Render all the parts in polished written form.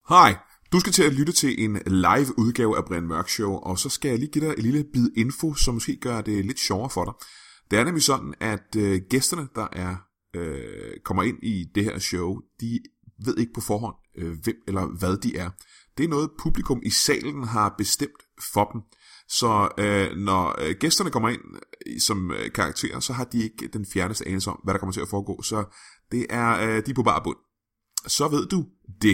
Hej, du skal til at lytte til en live udgave af Brian Mørk Show, og så skal jeg lige give dig en lille bid info, som måske gør det lidt sjovere for dig. Det er nemlig sådan, at gæsterne, der kommer ind i det her show, de ved ikke på forhånd, hvem eller hvad de er. Det er noget, publikum i salen har bestemt for dem. Så når gæsterne kommer ind som karakterer, så har de ikke den fjerneste anelse om, hvad der kommer til at foregå. Så det er de på bar bund. Så ved du det.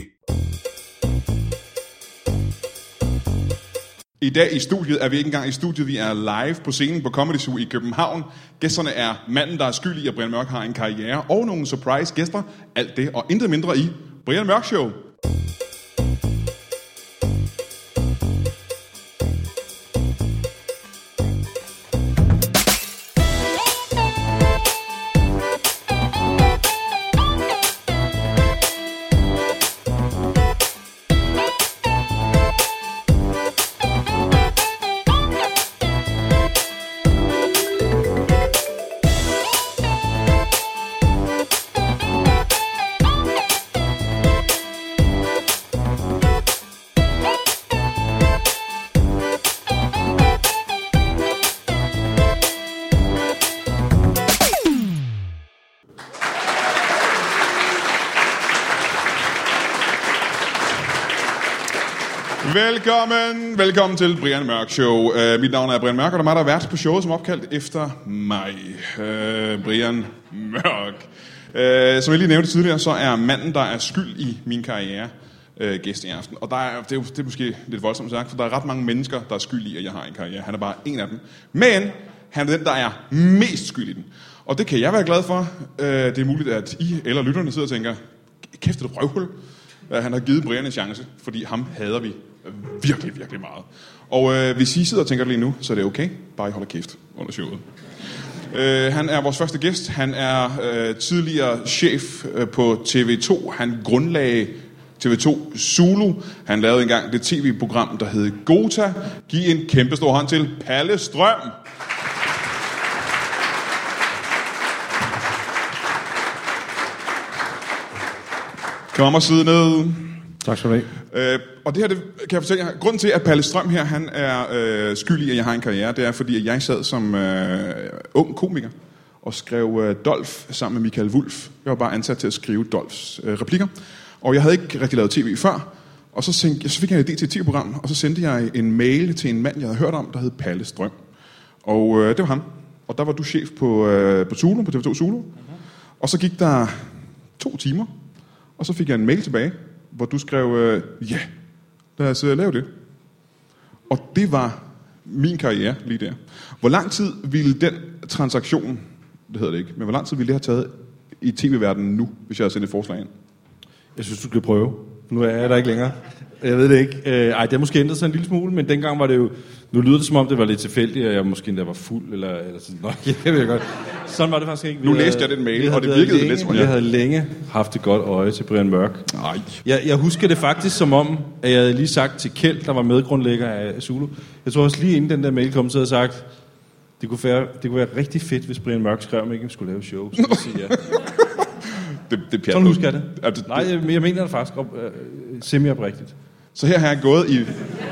I dag i studiet er vi ikke engang i studiet, vi er live på scenen på Comedy Zoo i København. Gæsterne er manden, der er skyld i, at Brian Mørk har en karriere, og nogle surprise gæster. Alt det og intet mindre i Brian Mørk Show. Velkommen til Brian Mørk Show. Mit navn er Brian Mørk, og der er mig, der er vært på showet, som opkaldt efter mig. Brian Mørk. Som jeg lige nævnte tidligere, så er manden, der er skyld i min karriere, gæst i aften. Og det er måske lidt voldsomt sagt, for der er ret mange mennesker, der er skyld i, at jeg har en karriere. Han er bare en af dem. Men han er den, der er mest skyld i den. Og det kan jeg være glad for. Det er muligt, at I eller lytterne sidder og tænker, kæft, det røvhul. Han har givet Brian en chance, fordi ham hader vi virkelig, virkelig meget. Og hvis I sidder og tænker det lige nu, så er det okay. Bare I holder kæft under showet. Han er vores første gæst. Han er tidligere chef på TV2. Han grundlagde TV2 Zulu. Han lavede engang det tv-program, der hed Gota. Giv en kæmpe stor hånd til Palle Strøm. Kom og sidde ned. Tak skal du have. Og det her, det kan jeg fortælle jer. Grunden til, at Palle Strøm her, han er skyldig, at jeg har en karriere, det er, fordi at jeg sad som ung komiker og skrev Dolph sammen med Michael Wulff. Jeg var bare ansat til at skrive Dolphs replikker. Og jeg havde ikke rigtig lavet tv før. Og så fik jeg en idé til et tv-program, og så sendte jeg en mail til en mand, jeg havde hørt om, der hed Palle Strøm. Og det var ham. Og der var du chef på Zulu, på TV2 Zulu. Og så gik der 2 timer, og så fik jeg en mail tilbage, hvor du skrev, ja, lad os lave det. Og det var min karriere lige der. Hvor lang tid ville den transaktion, det hedder det ikke, men hvor lang tid ville det have taget i tv-verdenen nu, hvis jeg havde sendt et forslag ind? Jeg synes, du skal prøve. Nu er jeg der ikke længere. Jeg ved det ikke. Det har måske ændret sig en lille smule, men dengang var det jo... Nu lyder det som om, det var lidt tilfældigt, at jeg måske endda var fuld, eller sådan noget. Jeg ved godt. Sådan var det faktisk ikke. Nu læste jeg den mail, og det virkede lidt som... Jeg havde længe haft et godt øje til Brian Mørk. Nej. Jeg husker det faktisk som om, at jeg havde lige sagt til Kjeld, der var medgrundlægger af Zulu. Jeg tror også lige inden den der mail kom, så havde jeg sagt, det kunne være rigtig fedt, hvis Brian Mørk skrev, om ikke skulle lave show. Så jeg sige, ja. Det sådan husker jeg det. Nej, jeg mener det faktisk semi-oprigtigt. Så her har jeg gået i...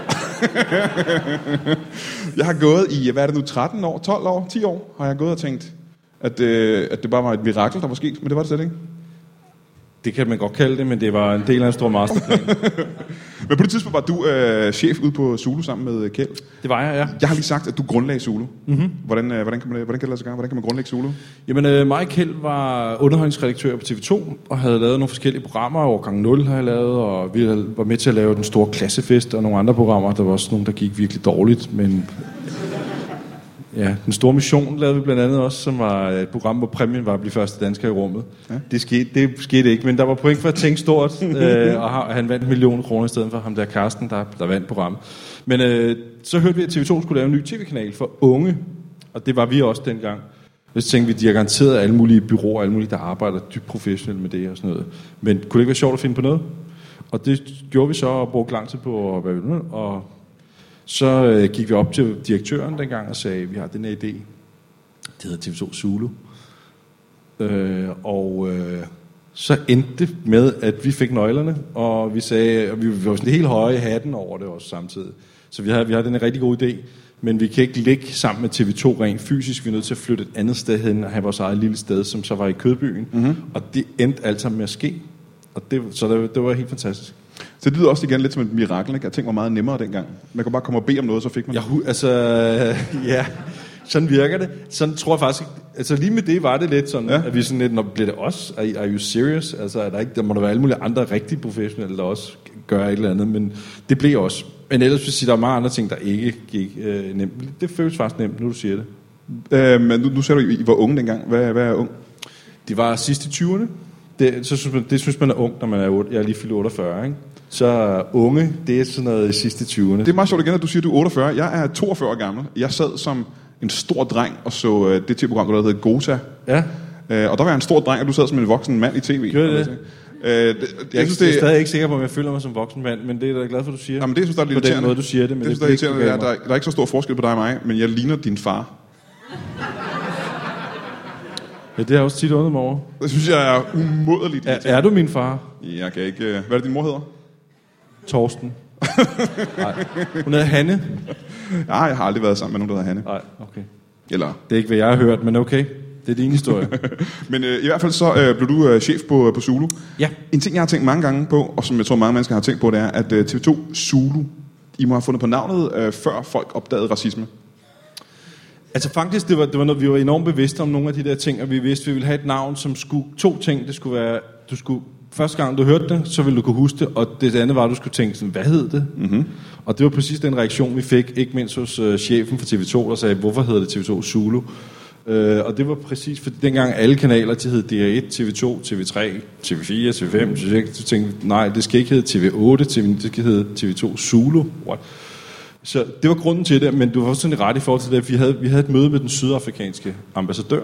jeg har gået i, hvad er det nu, 13 år, 12 år, 10 år, har jeg gået og tænkt, at det bare var et mirakel, der var sket, men det var det slet ikke. Det kan man godt kalde det, men det var en del af en stor masterplan. Men på det tidspunkt var du chef ude på Zulu sammen med Kjeld. Det var jeg, ja. Jeg har lige sagt, at du grundlagde Zulu. Mm-hmm. Hvordan kan det lade sig gøre? Hvordan kan man grundlægge Zulu? Jamen, mig og Kjeld var underholdningsredaktør på TV2, og havde lavet nogle forskellige programmer. Årgang 0 har jeg lavet, og vi var med til at lave Den Store Klassefest og nogle andre programmer. Der var også nogle, der gik virkelig dårligt, men... Ja, Den Store Mission lavede vi blandt andet også, som var et program, hvor præmien var at blive første dansker i rummet. Ja. Det skete ikke, men der var point for at tænke stort, og han vandt 1 million kroner i stedet for ham der Karsten, der vandt programmet. Men så hørte vi, at TV2 skulle lave en ny tv-kanal for unge, og det var vi også dengang. Så tænkte vi, de har garanteret alle mulige byråer, alle mulige, der arbejder dybt professionelt med det og sådan noget. Men kunne det ikke være sjovt at finde på noget? Og det gjorde vi så og brugte lang tid på, og så gik vi op til direktøren dengang og sagde, vi har den her idé. Det hedder TV2 Zulu. så endte det med, at vi fik nøglerne, og vi sagde, og vi var sådan helt høje i hatten over det også samtidig. Så vi har den en rigtig god idé, men vi kan ikke ligge sammen med TV2 rent fysisk. Vi er nødt til at flytte et andet sted hen og have vores eget lille sted, som så var i Kødbyen. Mm-hmm. Og det endte alt sammen med at ske. Og det var helt fantastisk. Så det lyder også igen lidt som et mirakel, ikke? At ting var meget nemmere dengang. Man kunne bare komme og bede om noget, så fik man ja, sådan virker det. Sådan tror jeg faktisk ikke. Altså lige med det var det lidt sådan, at vi sådan lidt, når bliver det os? Are you serious? Altså er der ikke, der må der være alle mulige andre rigtig professionelle, der også gør et eller andet, men det blev også. Men ellers vil jeg sige, der er mange andre ting, der ikke gik nemt. Det føles faktisk nemt, nu du siger det. Men nu siger du, I var unge dengang. Hvad er ung? De var sidst i 20'erne. Det synes man er ung, når man er 8. Jeg er lige fyldt 48, ikke? Så unge, det er sådan noget sidste 20'erne. Det er meget sjovt igen, at du siger, at du er 48. Jeg er 42 år gammel. Jeg sad som en stor dreng og så det tv-program, der hedder Gota. Ja. Og der var jeg en stor dreng, og du sad som en voksen mand i tv. Gør det? Jeg er stadig ikke sikker på, om jeg føler mig som voksen mand, men det er jeg glad for, du siger. Jamen, det synes jeg er lidt irriterende. På den måde, du siger det. Men det synes jeg er irriterende. Der er ikke så stor forskel på dig og mig, men jeg ligner din far. Ja, det har jeg også tit undret mig over. Det synes jeg er umådeligt. Er du min far? Jeg kan ikke... Hvad er det, din mor hedder? Torsten. Nej. Hun hedder Hanne. Nej, jeg har aldrig været sammen med nogen, der hedder Hanne. Nej, okay. Eller... Det er ikke, hvad jeg har hørt, men okay. Det er din historie. Men i hvert fald så blev du chef på Zulu. Ja. En ting, jeg har tænkt mange gange på, og som jeg tror mange mennesker har tænkt på, det er, at TV2 Zulu, I må have fundet på navnet, før folk opdagede racisme. Altså faktisk, det var noget, vi var enormt bevidste om nogle af de der ting, og vi vidste, vi ville have et navn, som skulle... 2 ting, det skulle være... Første gang du hørte det, så ville du kunne huske det, og det andet var, at du skulle tænke sådan, hvad hed det? Mm-hmm. Og det var præcis den reaktion, vi fik, ikke mindst hos chefen for TV2, der sagde, hvorfor hedder det TV2 Zulu? Og det var præcis, fordi dengang alle kanaler, de hed DR1, TV2, TV3, TV4, TV5, TV6, så tænkte nej, det skal ikke hedde TV8, det skal hedde TV2 Zulu. What? Så det var grunden til det, men du var også sådan ret i forhold til det, vi havde et møde med den sydafrikanske ambassadør.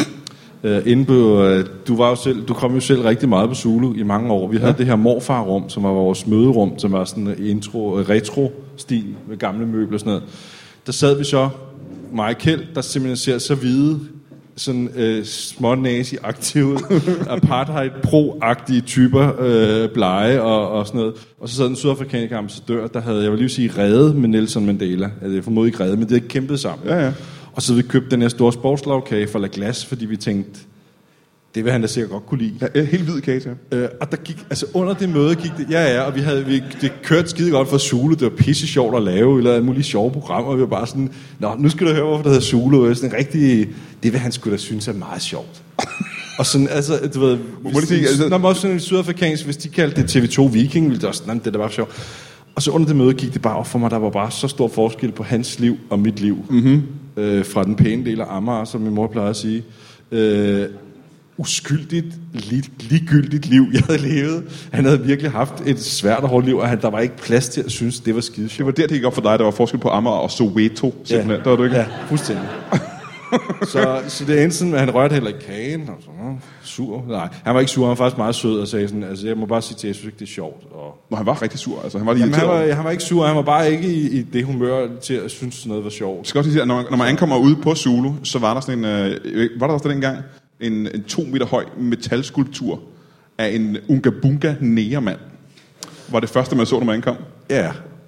Du kom jo selv rigtig meget på Zulu i mange år. Vi havde det her morfarrum, som var vores møderum, som var sådan en retro-stil med gamle møbler og sådan noget. Der sad vi så, mig Kjeld, der simpelthen ser så hvide, sådan smånazi-aktive, apartheid-pro-agtige typer, blege og sådan noget. Og så sad den sydafrikanske ambassadør, der havde, jeg vil lige sige, reddet med Nelson Mandela. Altså, jeg formoder ikke reddet, men det havde kæmpet sammen. Ja, ja. Og så havde vi købt den her store sportslagkage fra La Glace, fordi vi tænkte, det vil han da sikkert godt kunne lide. Ja, helt hvid kage til. Og der gik, altså under det møde gik det, og det kørte skide godt for Zulu, det var pisse sjovt at lave, vi lavede alle mulige sjove programmer, og vi var bare sådan, nu skal du høre, hvorfor det hedder Zulu, og sådan en rigtig, det vil han sgu da synes er meget sjovt. Og sådan, altså, du ved, når man også sådan en sydafrikansk, hvis de kaldte det TV2 Viking, ville det også, det der var sjovt. Og så under det møde gik det bare op for mig, der var bare så stor forskel på hans liv og mit liv. Mm-hmm. Fra den pæne del af Amager, som min mor plejer at sige. Uskyldigt, ligegyldigt liv, jeg havde levet. Han havde virkelig haft et svært og hårdt liv, og der var ikke plads til at synes, det var skide sjovt. Det var der, det gik op for dig, der var forskel på Amager og Soweto, simpelthen. Ja. Der var du ikke? Ja, fuldstændig. så det endte sådan, at han rørte heller ikke kagen, og så sur. Nej, han var ikke sur, han var faktisk meget sød og sagde sådan, altså jeg må bare sige til, jeg synes ikke, det er sjovt. Nå, han var rigtig sur, altså han var lige irriteret. Han var ikke sur, han var bare ikke i det humør til at synes, noget var sjovt. Jeg skal også sige, at når man ankommer ud på Zulu, så var der sådan var der også dengang en 2 meter høj metalskulptur af en Unga Negermand. Var det første, man så, når man ankom? Ja.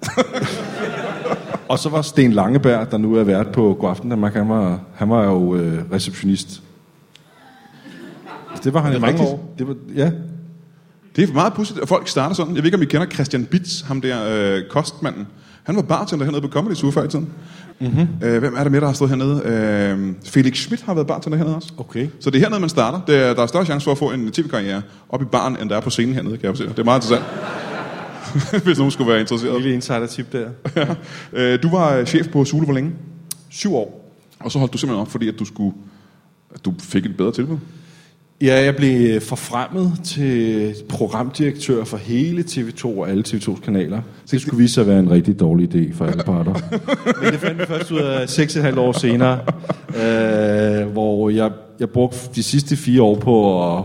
Og så var Sten Langeberg, der nu er vært på Godaften Danmark, han var jo receptionist. Det var han i mange år. Det er meget pudsigt, at folk starter sådan. Jeg ved ikke, om I kender Christian Bitz, ham der kostmanden. Han var bartender hernede på Comedy Zoo før i tiden. Mm-hmm. Hvem er der med, der har stået hernede? Felix Schmidt har været bartender hernede også. Okay. Så det er hernede, man starter. Der er større chance for at få en tv-karriere op i baren, end der er på scenen hernede, kan jeg se. Det er meget interessant. Hvis nogen skulle være interesseret. Lille insider-tip der. Ja. Du var chef på Zulu hvor længe? 7 år. Og så holdt du simpelthen op, fordi at du fik et bedre tilbud? Ja, jeg blev forfremmet til programdirektør for hele TV2 og alle TV2's kanaler. Det skulle vise sig at være en rigtig dårlig idé for alle parter. Men det fandt vi først ud af 6,5 år senere, hvor jeg brugte de sidste 4 år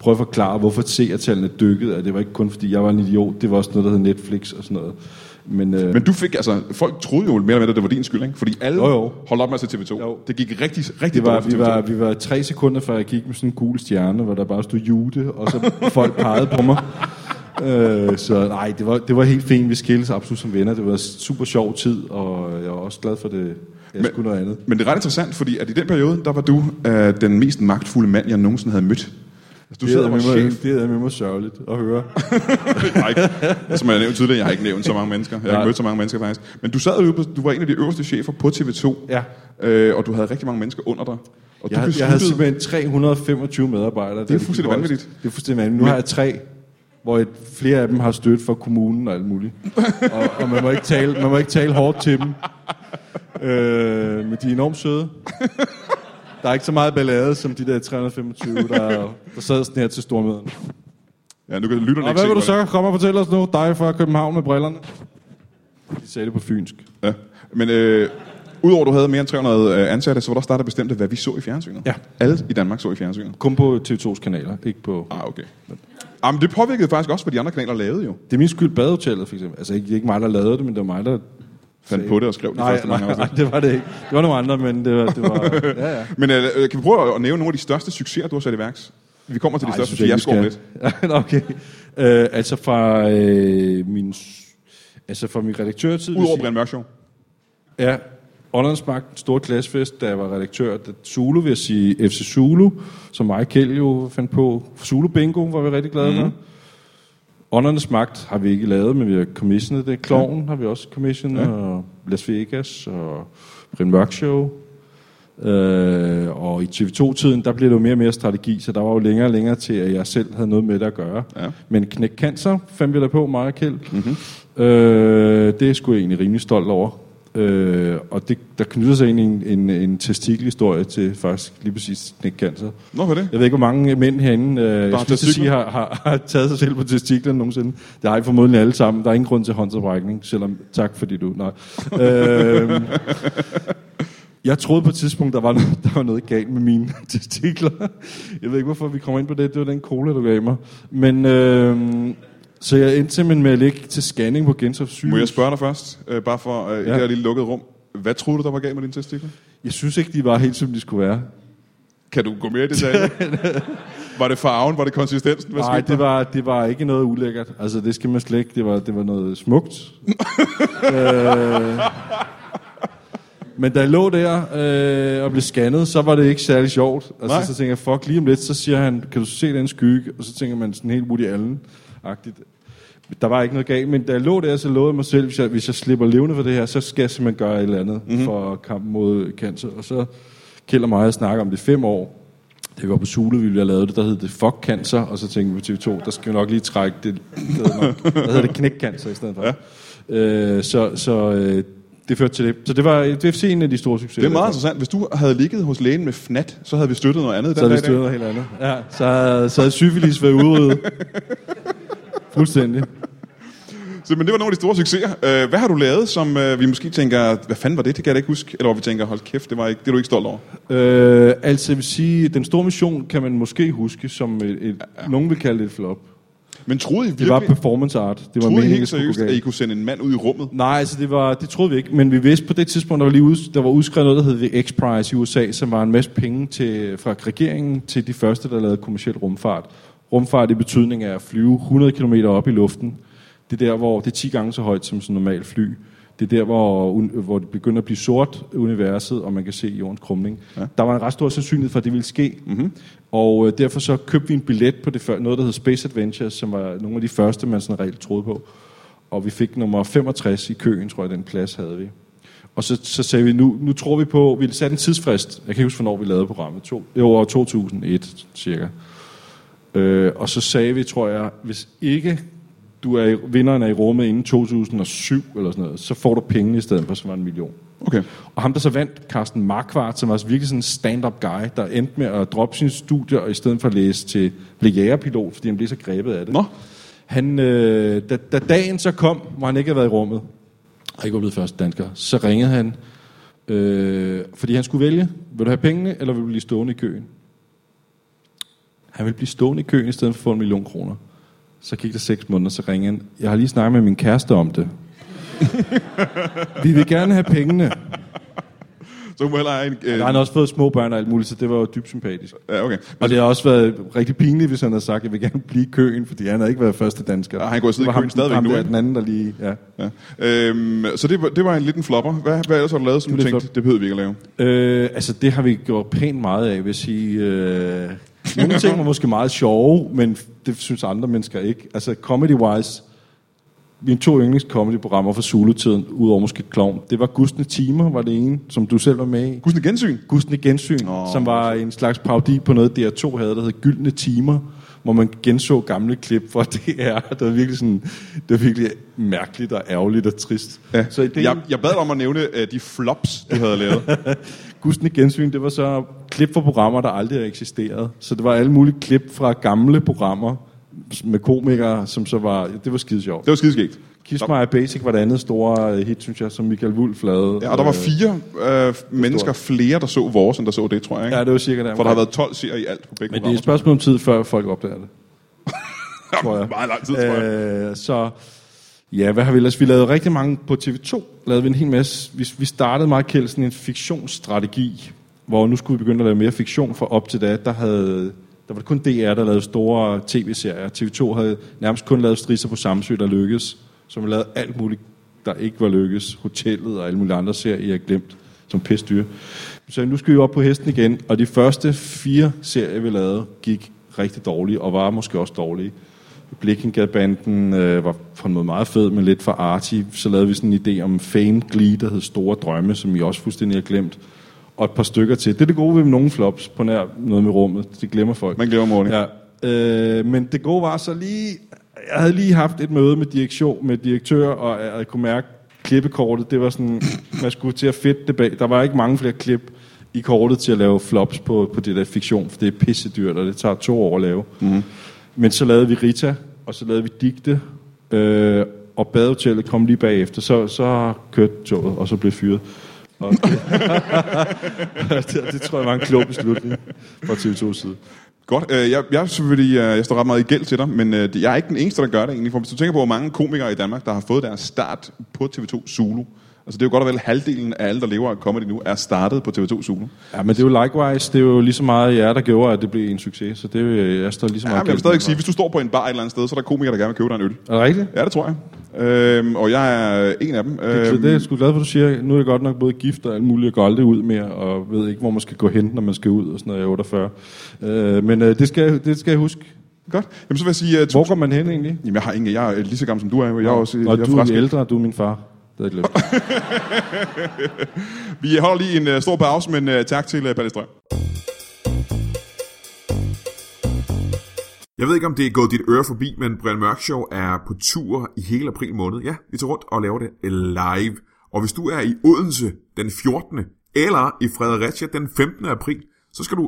prøve at forklare, hvorfor seertallene dykkede, at det var ikke kun fordi, jeg var en idiot, det var også noget, der hed Netflix og sådan noget. Men du fik, altså, folk troede jo mere eller mindre, at det var din skyld, ikke? Fordi alle holdt op med at se TV2. Jo. Det gik rigtig dårligt for TV2. Vi var 3 sekunder før jeg gik med sådan en gul stjerne, hvor der bare stod Jude, og så folk pegede på mig. Så nej, det var helt fint. Vi skiltes absolut som venner. Det var en super sjov tid, og jeg var også glad for det. Jeg skulle noget andet. Men det er ret interessant, fordi at i den periode, der var du den mest magtfulde mand, jeg nogensinde havde mødt. Du det er med mig sørgeligt at høre. Som jeg har nævnt tidligere, jeg har ikke nævnt så mange mennesker. Jeg har ikke mødt så mange mennesker faktisk. Men du sad jo du var en af de øverste chefer på TV2. Ja. Og du havde rigtig mange mennesker under dig. Og jeg havde simpelthen 325 medarbejdere. Det er fuldstændig vanvittigt. Det er fuldstændig vanvittigt. Nu har jeg 3, hvor flere af dem har støtte fra kommunen og alt muligt. og man må ikke tale hårdt til dem. Men de er enormt søde. Der er ikke så meget ballade som de der 325, der sad sådan her til stormøderne. Ja, nu kan lytterne ikke hvad vil du så komme og fortælle os nu? Dig fra København med brillerne. De sagde det på fynsk. Ja, men udover at du havde mere end 300 ansatte, så var der også der, der bestemte, hvad vi så i fjernsynet. Ja. Alle i Danmark så i fjernsynet. Kun på TV2's kanaler, ikke på... Okay. Men det påvirkede faktisk også, hvad de andre kanaler lavede jo. Det er min skyld, Badehotellet for eksempel. Altså ikke mig, der lavede det, men det var mig, der... fandt på det og skrev det første mange år. Nej, det var det ikke. Det var nogle andre, men det var ja. Men kan vi prøve at nævne nogle af de største succeser, du har sat i værks? Vi kommer til de største fiaskoer lidt. Okay. Altså fra min redaktørtid... Udover Brian Mørk Show? Ja. Åndernes Magt, stor klassefest, da jeg var redaktør. Zulu, vil jeg sige FC Zulu, som mig og Kjeld jo fandt på. Zulu Bingo var vi rigtig glade for. Åndernes Magt har vi ikke lavet, men vi har commissionet det. Klovn har vi også commissionet, og Las Vegas, og Brian Mørk Show. Og i TV2-tiden, der blev det jo mere og mere strategi, så der var jo længere og længere til, at jeg selv havde noget med det at gøre. Ja. Men Knæk Cancer fandt vi der på, mig og Kjeld. Det er sgu egentlig rimelig stolt over. Og der knytter sig egentlig en testikelhistorie til faktisk lige præcis Knæk Cancer. Nå, hvad det? Jeg ved ikke, hvor mange mænd herinde har taget sig selv på testiklerne nogensinde. Det har I formodentlig alle sammen. Der er ingen grund til håndsoprækning, selvom tak fordi du... Nej. Jeg troede på et tidspunkt, der var noget galt med mine testikler. Jeg ved ikke, hvorfor vi kommer ind på det. Det var den cola, du gav mig. Men... Så jeg endte simpelthen med at ligge til scanning på Gentofte Sygehus. Må jeg spørge dig først, bare for i det her lille lukkede rum. Hvad troede du, der var galt med dine testikler? Jeg synes ikke, de var helt som de skulle være. Kan du gå mere i detaljer? Var det farven? Var det konsistensen? Nej, det var ikke noget ulækkert. Altså, det skal man slet ikke. Det var noget smukt. Men da jeg lå der og blev scannet, så var det ikke særlig sjovt. Altså, så tænker jeg, fuck, lige om lidt, så siger han, kan du se den skygge? Og så tænker man sådan helt Woody Allen-agtigt. Der var ikke noget galt, men da jeg lå der, så lovede jeg mig selv, hvis jeg slipper levende for det her, så skal jeg simpelthen gøre et eller andet for kampen mod cancer. Og så Kjeld og mig at snakke om det 5 år. Da vi var på Zulu, ville vi have lavet det, der hed det Fuck Cancer, og så tænkte vi på TV2, der skal vi nok lige trække det. Der hedder det Knæk Cancer i stedet for. Ja. Det førte til det. Så det var en af de store succeser. Det er meget interessant. Hvis du havde ligget hos lægen med fnat, så havde vi støttet noget andet. Så havde vi støttet noget helt andet. Ja, så havde syfilis været udryddet. Fuldstændig. Men det var nogle af de store succeser. Hvad har du lavet, som vi måske tænker, hvad fanden var det? Det kan jeg da ikke huske. Eller hvor vi tænker, hold kæft, det er du ikke stolt over? Altså jeg vil sige, Den Store Mission kan man måske huske, som nogen vil kalde det et flop. Men troede I virkelig... Det var performance art. Det var troede I helt seriøst, at I kunne sende en mand ud i rummet? Nej, altså det troede vi ikke. Men vi vidste på det tidspunkt, der var udskrevet noget, der hed The X-Prize i USA, som var en masse penge fra regeringen til de første, der lavede kommerciel rumfart. Rumfart i betydning af at flyve 100 km op i luften. Det er der, hvor det er 10 gange så højt som sådan en normal fly. Det er der, hvor det begynder at blive sort, universet, og man kan se jordens krumning. Ja. Der var en ret stor sandsynlighed for, at det ville ske. Mm-hmm. Og derfor så købte vi en billet på noget, der hed Space Adventures, som var nogle af de første, man sådan reelt troede på. Og vi fik nummer 65 i køen, tror jeg, den plads havde vi. Og så sagde vi, nu tror vi på, vi satte en tidsfrist. Jeg kan ikke huske, hvornår vi lavede programmet. År 2001, cirka. Og så sagde vi, tror jeg, hvis ikke du er vinderen af i rummet inden 2007 eller sådan noget, så får du penge i stedet for, som var 1 million. Okay. Og ham, der så vandt, Carsten Marquardt, som var virkelig sådan en stand-up guy, der endte med at droppe sine studier, og i stedet for at læse til blive jægerpilot, fordi han blev så grebet af det. Nå. Han, da dagen så kom, hvor han ikke havde været i rummet, og ikke var blevet første dansker, så ringede han, fordi han skulle vælge, vil du have pengene, eller vil du blive stående i køen? Han ville blive stående i køen i stedet for at få 1 million kroner. Så gik der 6 måneder, så ringede han. Jeg har lige snakket med min kæreste om det. Vi vil gerne have pengene. Så hun heller en... Der har han også fået små børn og alt muligt, så det var jo dybt sympatisk. Ja, okay. Og det har også været rigtig pinligt, hvis han havde sagt, at jeg vil gerne blive i køen, fordi han havde ikke været første dansker. Ja, han går sidde i køen stadigvæk nu. Det var den anden, der lige... Ja. Så det var en liten flopper. Hvad ellers har du lavet, som du tænkte, det behøvede vi ikke at lave? Altså, det har vi gjort pænt meget af, vil jeg sige. Nogle ting var måske meget sjove, men det synes andre mennesker ikke. Altså, comedy-wise... Mine 2 yndlingscomedy-programmer fra Zulu-tiden, udover måske Klovn, det var Gustne Timer, var det ene, som du selv var med i. Gustne Gensyn? Gustne Gensyn, som var en slags parodi på noget, DR2 havde, der hed Gyldne Timer, hvor man genså gamle klip fra DR. Det var virkelig sådan, det var virkelig mærkeligt og ærgerligt og trist. Ja. Så jeg bad dig om at nævne de flops, du havde lavet. Gustne Gensyn, det var så klip fra programmer, der aldrig har eksisteret. Så det var alle mulige klip fra gamle programmer, med komikere, som så var... Det var skide sjovt. Det var skideskægt. Kiss My Basic var det andet store hit, synes jeg, som Michael Wulff lavede. Ja, og der var 4 mennesker flere, der så vores, end der så det, tror jeg. Ikke? Ja, det var cirka der. For der har været 12 serier i alt på begge programmer. Men det er et spørgsmål om tid, før folk opdager det. Tror jeg. Meget lang tid, tror jeg. Så... Ja, hvad har vi ellers? Vi lavede rigtig mange på TV2. Lavede vi en hel masse. Vi startede meget kældt sådan en fiktionsstrategi, hvor nu skulle vi begynde at lave mere fiktion, for op til det, der var det kun DR, der lavede store tv-serier. TV2 havde nærmest kun lavet Strisser på Samsø, der lykkedes. Som lavede alt muligt, der ikke var lykkes. Hotellet og alle mulige andre serier, jeg har glemt, som pestdyr. Så nu skal vi op på hesten igen. Og de første 4 serier, vi lavede, gik rigtig dårlige, og var måske også dårlige. Blikkengadbanden var på en måde meget fed, men lidt for arty. Så lavede vi sådan en idé om Fame Glee, der hed Store Drømme, som I også fuldstændig har glemt. Og et par stykker til. Det er det gode ved nogle flops på nær noget med rummet. Det glemmer folk. Man glemmer morgen. Ja. Men det gode var så lige... Jeg havde lige haft et møde med direktør, og jeg kunne mærke klippekortet. Det var sådan... Man skulle til at fedte det bag. Der var ikke mange flere klip i kortet til at lave flops på det der fiktion, for det er pissedyrt, og det tager 2 år at lave. Mm-hmm. Men så lavede vi Rita, og så lavede vi Digte, og Badehotellet kom lige bagefter. Så kørte toget, og så blev fyret. Det tror jeg var en klog beslutning fra TV2's side. Godt. Jeg står ret meget i gæld til dig, men jeg er ikke den eneste, der gør det egentlig. For hvis du tænker på, hvor mange komikere i Danmark, der har fået deres start på TV2 Zulu. Altså det er jo godt og vel halvdelen af alle, der lever af comedy nu, er startet på TV2 Zulu. Ja, men det er jo likewise. Det er jo lige så meget jer, der gjorde, at det blev en succes. Så det er jo, jeg står lige så meget... Ja, men jeg vil stadig sige, hvis du står på en bar et eller andet sted, så er der komikere, der gerne vil købe dig en øl. Er det rigtigt? Ja, det tror jeg. Og jeg er en af dem. Det er jeg sgu glad for, du siger. Nu er jeg godt nok både gift og alt muligt. Jeg går aldrig ud mere, og ved ikke, hvor man skal gå hen, når man skal ud, og sådan noget. Jeg er 48. Men det skal jeg huske. Godt. Jamen, så vil jeg sige... Hvor går man hen egentlig? Jamen, jeg har ingen. Jeg er lige så gammel som du er. Jeg er også, og du er ældre, og du er min far. Det er glemt. Vi holder lige en stor pause, men tak til Palle Strøm. Jeg ved ikke, om det er gået dit øre forbi, men Brian Mørk Show er på tur i hele april måned. Ja, vi tager rundt og laver det live. Og hvis du er i Odense den 14. eller i Fredericia den 15. april, så skal du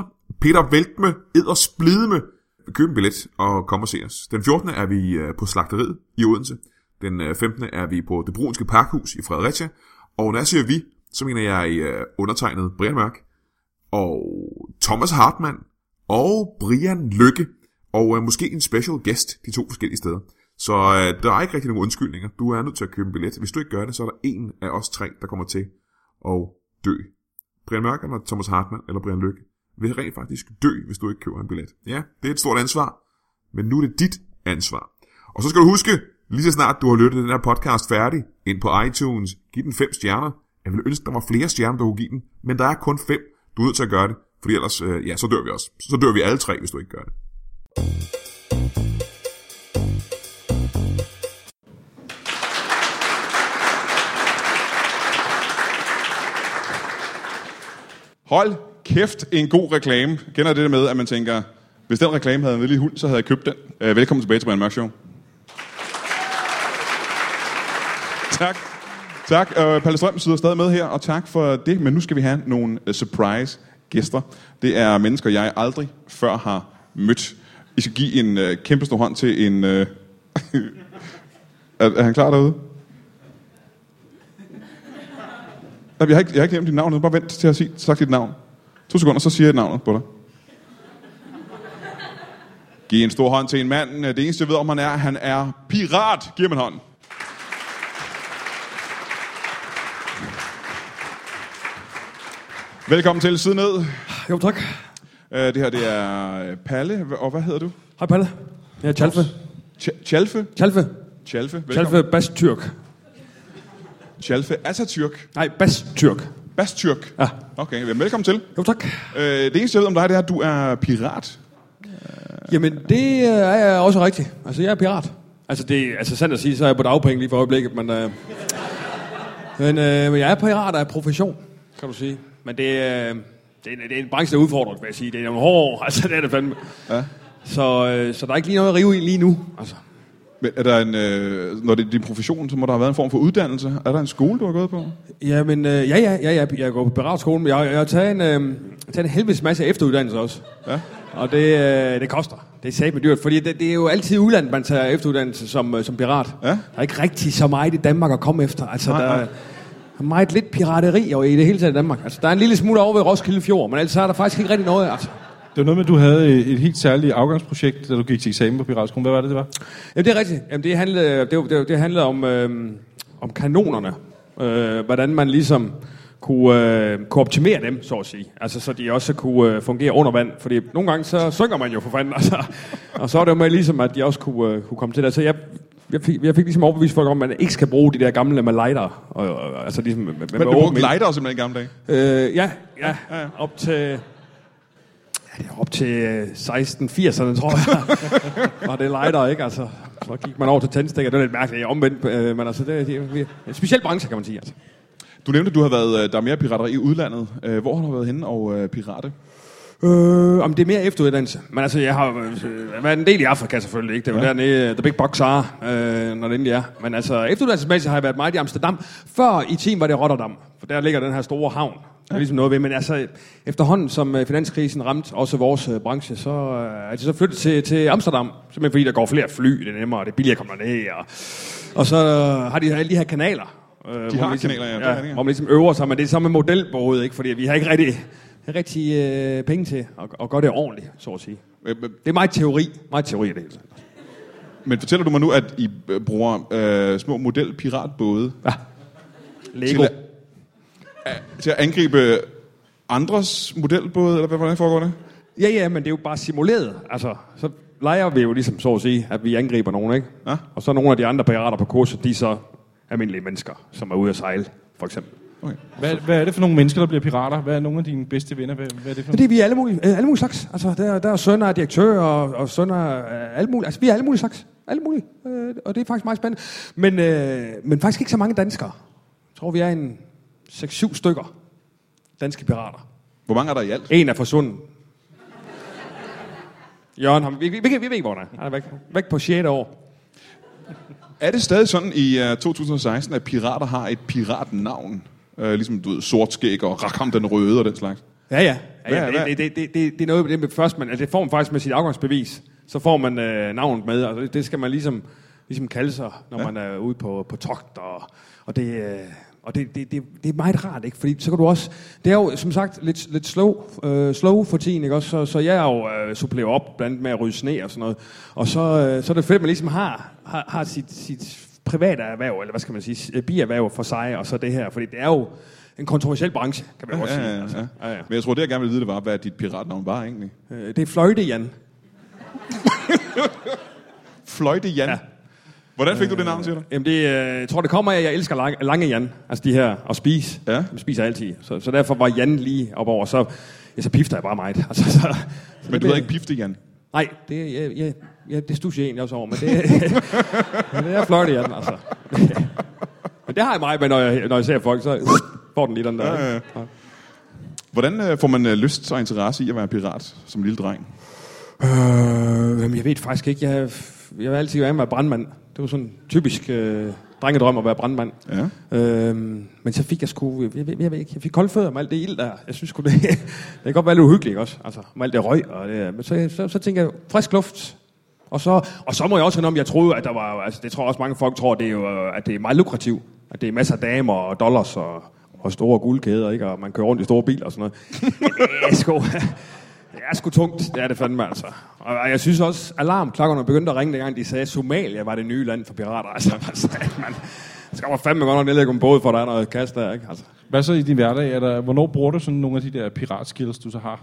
splidme købe en billet og komme og se os. Den 14. er vi på Slagteriet i Odense. Den 15. er vi på Det Brunske Parkhus i Fredericia. Og når jeg siger vi, så mener jeg undertegnet Brian Mørk og Thomas Hartmann og Brian Lykke. Og måske en special guest de 2 forskellige steder. Så der er ikke rigtig nogen undskyldninger. Du er nødt til at købe en billet. Hvis du ikke gør det, så er der en af os 3, der kommer til at dø. Brian Mørk eller Thomas Hartmann eller Brian Lykke vil rent faktisk dø, hvis du ikke køber en billet. Ja, det er et stort ansvar. Men nu er det dit ansvar. Og så skal du huske, lige så snart du har lyttet den her podcast færdig, ind på iTunes, giv den 5 stjerner. Jeg ville ønske, der var flere stjerner, der kunne give den. Men der er kun 5. Du er nødt til at gøre det. Fordi ellers, så dør vi også. Så dør vi alle 3, hvis du ikke gør det. Hold kæft, en god reklame. Kender det der med, at man tænker, hvis den reklame havde en lille hund, så havde jeg købt den. Velkommen tilbage til Brian Mørk Show. Tak. Palle Strøm sidder stadig med her, og tak for det. Men nu skal vi have nogle surprise gæster. Det er mennesker, jeg aldrig før har mødt. I skal give en kæmpe stor hånd til en... Er han klar derude? Jeg har ikke nævnt dit navn. Bare vent til at have sagt dit navn. 2 sekunder, så siger jeg navnet på dig. Giv en stor hånd til en mand. Det eneste, jeg ved om, han er pirat. Giv ham en hånd. Velkommen til Side Ned. Jo, tak. Det her, det er Palle. Og hvad hedder du? Hej, Palle. Jeg er Tjalfe. Tjalfe? Tjalfe. Tjalfe, Tjalfe Bastyrk. Tjalfe Atatürk. Nej, Bastyrk. Bastyrk? Ja. Okay, velkommen til. Jo, tak. Det eneste, jeg ved om dig, det er, at du er pirat. Jamen, det er også rigtigt. Altså, jeg er pirat. Altså, det er sandt at sige, så er jeg på dagpenge lige for øjeblikket, men jeg er pirat af profession, kan du sige. Men det er en branche, der er udfordret, vil jeg sige. Det er nogle hårde, altså det er det fandme. Ja. Så der er ikke lige noget at rive i lige nu, altså. Men er der når det er din profession, så må der have været en form for uddannelse. Er der en skole, du har gået på? Jamen, jeg går på piratskolen, men jeg har taget en helvedes masse efteruddannelse også. Ja. Og det koster. Det er satme dyrt, fordi det er jo altid udlandet, man tager efteruddannelse som pirat. Ja. Der er ikke rigtig så meget i Danmark at komme efter. Altså, der er meget lidt pirateri i det hele taget i Danmark. Altså, der er en lille smule over ved Roskilde Fjord, men ellers er der faktisk ikke rigtig noget, altså. Det var noget med, at du havde et helt særligt afgangsprojekt, da du gik til eksamen på piratskolen. Hvad var det var? Jamen, det er rigtigt. Jamen, det handlede om kanonerne. Hvordan man ligesom kunne optimere dem, så at sige. Altså, så de også kunne fungere under vand. Fordi nogle gange, så synker man jo for fanden. Altså. Og så var det jo med ligesom, at de også kunne komme til det. Så jeg fik ligesom overbevist folk om, at man ikke skal bruge de der gamle med lighter. Altså ligesom... Men du brugte lighter simpelthen i gamle dage? Ja. Op til... Det er op til 1680'erne, tror jeg. Var det lighter, ikke? Altså, så gik man over til tændstikker. Det er lidt mærkeligt, omvendt. Men altså, det er en speciel branche, kan man sige. Altså. Du nævnte, at du har været, der er mere pirateri i udlandet. Hvor har du været henne og pirate? Om det er mere efteruddannelse. Men altså, jeg har været en del i Afrika selvfølgelig, ikke? Det var dernede, The Big Box når det endelig er. Men altså, efteruddannelsesmæssigt har jeg været meget i Amsterdam. Før i tiden var det Rotterdam, for der ligger den her store havn. Det er ligesom noget ved, men altså, efterhånden som finanskrisen ramte også vores branche, så er de så flyttet til Amsterdam, simpelthen fordi der går flere fly, det er nemmere, det er billigere at komme derned, og så har de alle de her kanaler. De har ligesom, kanaler, ja. Hvor man ligesom øver sig, men det er samme modelbåde, ikke? Fordi vi har ikke rigtig penge til at gøre det ordentligt, så at sige. Det er meget teori i det hele taget. Men fortæller du mig nu, at I bruger små modelpiratbåde? Ja. Lego. Til at angribe andres modelbåde, eller hvordan foregår det? Ja, men det er jo bare simuleret. Altså, så leger vi jo ligesom, så at sige, at vi angriber nogen, ikke? Ja. Og så nogle af de andre pirater på kurset, de er så almindelige mennesker, som er ude at sejle, for eksempel. Okay. Hvad er det for nogle mennesker, der bliver pirater? Hvad er nogle af dine bedste venner? Hvad er det for? Det er vi alle mulige slags. Altså, der er sønner af direktører og sønner af alle mulige. Altså, vi er alle mulige slags. Alle mulige. Og det er faktisk meget spændende. Men faktisk ikke så mange danskere. Jeg tror, vi er en 6-7 stykker danske pirater. Hvor mange er der i alt? En er forsvundet. Jørgen, vi ved ikke, hvor han er. Væk på 6. år. Er det stadig sådan i 2016, at pirater har et piratnavn? Ligesom, du ved, Sortskæg og Rakam den Røde og den slags? Ja. Det er noget det først, men altså, det får man faktisk med sit afgangsbevis. Så får man navnet med, og det skal man ligesom kalde sig, når man er ude på togt, og det er meget rart, ikke? Fordi så kan du også... Det er jo, som sagt, lidt slow for tiden, ikke? Også, så jeg er jo supplerer op, blandt andet med at rydde sne og sådan noget. Og så er det fedt, at man ligesom har sit private erhverv, eller hvad skal man sige, bierhverv for sig, og så det her. Fordi det er jo en kontroversiel branche, kan man godt sige. Ja. Altså. Ja. Men jeg tror, det jeg gerne vil vide, det var, hvad dit piratnavn var egentlig. Det er Fløjte Jan. Fløjte Jan? Ja. Hvordan fik du det navn, siger du? Jamen jeg tror, det kommer af, at jeg elsker lange Jan. Altså de her at spise. Ja. Jeg spiser altid. Så derfor var Jan lige op over. Så pifter jeg bare meget. Altså, men du hedder ikke Pifte Jan? Nej, det stusser jeg egentlig også over. Men det er Fløjte Jan, altså. Men det har jeg meget med, når jeg ser folk, så får den lige den der. Ja. Hvordan får man lyst og interesse i at være pirat som lille dreng? Jeg ved faktisk ikke. Jeg vil altid være med at være brandmand. Det var sådan en typisk drengedrøm at være brandmand. Ja. Men så fik jeg sgu... Jeg ved ikke. Jeg fik koldfødder med alt det ild der. Jeg synes sgu, det kan godt være lidt uhyggeligt også. Altså, med alt det røg. Og det, men så tænker jeg, frisk luft. Og så må jeg også hende om, jeg troede, at der var... Altså, det tror jeg også mange folk tror, at det er meget lukrativt. At det er masser af damer og dollars og store guldkæder, ikke? Og man kører rundt i store biler og sådan noget. Det er sgu tungt, det er det fandme altså. Og jeg synes også, alarmklokkerne begyndte at ringe, dengang de sagde, at Somalia var det nye land for pirater. Altså, man skal jo fandme godt nok nedlægge en båd, for der er noget kast der, ikke? Altså. Hvad så i din hverdag? Hvornår bruger du sådan nogle af de der piratskills, du så har?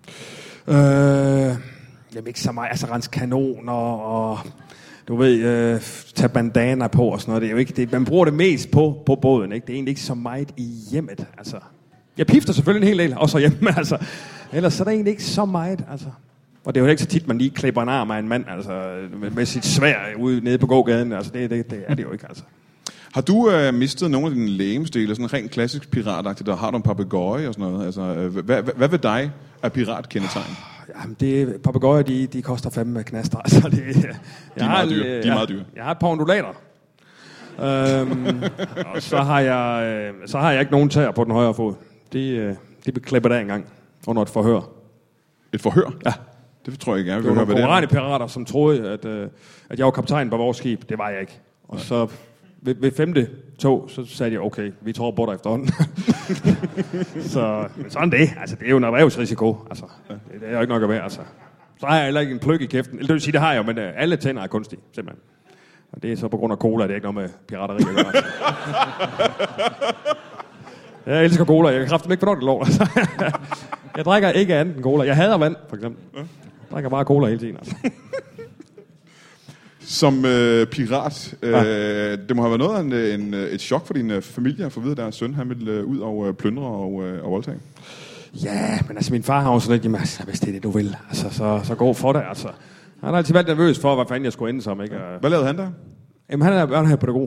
Jamen ikke så meget. Altså rense kanoner og du ved, tage bandana på og sådan noget. Det er jo ikke det. Man bruger det mest på båden, ikke? Det er egentlig ikke så meget i hjemmet, altså. Jeg pifter selvfølgelig en hel del, også hjemme, altså. Ellers så er der egentlig ikke så meget, altså. Og det er jo ikke så tit, man lige klipper en arm af en mand, altså, med sit sværd ude nede på gågaden. Altså, det er det jo ikke, altså. Har du mistet nogle af dine legemsdele, sådan rent klassisk piratagtigt, der har du en papegøje og sådan noget? Altså, hvad ved dig er piratkendetegn? Jamen, papegøjer, de koster fandme knaster, altså. De er meget dyre. Jeg har et par undulater. Og så har jeg ikke nogen tæer på den højre fod. De blev klippet af en gang under et forhør. Et forhør? Ja. Det tror jeg ikke, jeg vil høre, hvad det er. Det var pirater, som troede, at jeg var kaptajn på vores skib. Det var jeg ikke. Og så ved 5. tog, så sagde de, okay, vi tror på dig efterhånden. Så sådan det. Altså, det er jo en erhvervsrisiko. Altså, det er jo ikke nok at være. Altså. Så har jeg heller ikke en pløk i kæften. Eller det vil sige, det har jeg jo, men alle tænder er kunstige, simpelthen. Og det er så på grund af cola, det er ikke noget med pirateri at gøre. Altså. Jeg elsker cola. Jeg kan kraftigt ikke fornå det lov. Altså. Jeg drikker ikke andet end cola. Jeg hader vand, for eksempel. Jeg drikker bare cola hele tiden. Altså. Som pirat, det må have været noget af et chok for din familie at få videre, at deres søn han ville ud og plyndre og voldtage. Ja, men altså min far har jo sådan lidt, jamen, altså, hvis det er det, du vil, altså, så gå for det. Altså. Han har altid været nervøs for, hvad fanden jeg skulle ende som. Ikke? Hvad lavede han der? Jamen, han er børnehavepædagog.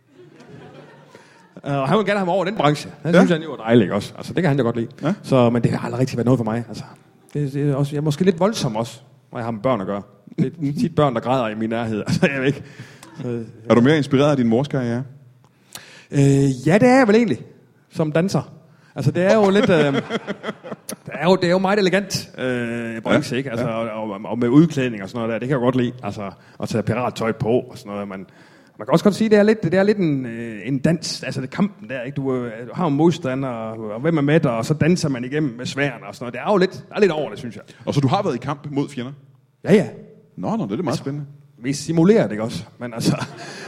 Og han vil gerne have mig over den branche. Han synes, han jo er dejlig også. Altså, det kan han jo godt lide. Ja? Så, men det har aldrig rigtig været noget for mig. Altså, det er også, jeg er måske lidt voldsom også, når jeg har med børn at gøre. Det er tit børn, der græder i min nærhed. Altså, jeg ved ikke. Er du mere inspireret af din mors karriere? Ja, det er jeg vel egentlig. Som danser. Altså, det er jo lidt... det er jo meget elegant branche, ikke? Altså, og med udklædning og sådan noget der. Det kan jeg godt lide. Altså, at tage pirattøj på og sådan noget. Man kan også godt sige, at det er lidt en dans. Altså, det er kampen der, ikke? Du har en modstander, og hvem er med dig, og så danser man igennem med sværene og sådan noget. Det er jo lidt over det, synes jeg. Og så du har været i kamp mod fjender? Ja. Nå, det er meget spændende. Vi simulerer det ikke også, men altså...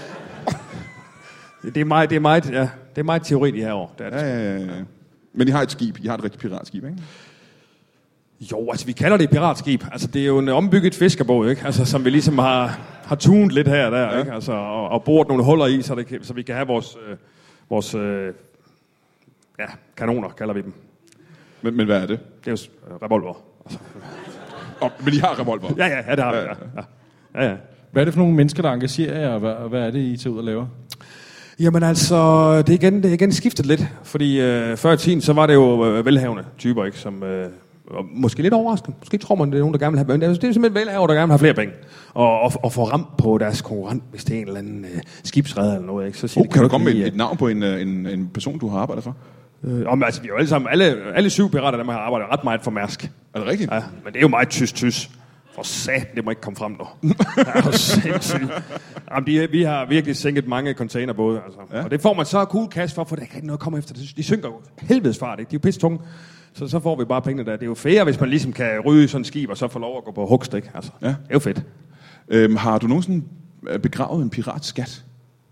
det er meget teori de her år. Det er det. Ja. Men I har et skib. I har et rigtigt piratskib, ikke? Jo, altså vi kalder det et piratskib. Altså det er jo en ombygget fiskerbåd, ikke? Altså som vi ligesom har tunet lidt her og der, ikke? Altså og boret nogle huller i, så vi kan have vores kanoner, kalder vi dem. Men hvad er det? Det er jo revolver. Altså. Men I har revolver? Ja, det har vi. Ja. Hvad er det for nogle mennesker, der engagerer jer, og hvad er det, I tager ud og laver? Jamen altså, det er igen skiftet lidt, fordi før i tiden, så var det jo velhavende typer, ikke, som måske lidt overraskende. Måske tror man, det er nogen, der gerne vil have penge. Det er simpelthen velhavere, der gerne vil have flere penge. Og få ramt på deres konkurrent, hvis det er en eller anden skibsredder eller noget, ikke? Så siger kan du komme med et navn på en person, du har arbejdet for? Altså, vi er jo alle sammen, alle 7 pirater, dem har arbejdet ret meget for Mærsk. Er det rigtigt? Ja, men det er jo meget tys. For satan, det må ikke komme frem nu. Det er jo sindssygt. Jamen, vi har virkelig sænket mange containerbåde. Altså. Ja. Og det får man så cool cash for der kan ikke noget komme efter. De synker jo helvedes fart, ikke? De er jo pisse tunge. Så får vi bare pengene der. Det er jo fair, hvis man ligesom kan ryge sådan et skib, og så få lov at gå på hugst, ikke? Altså, ja. Det er jo fedt. Har du nogensinde begravet en piratskat?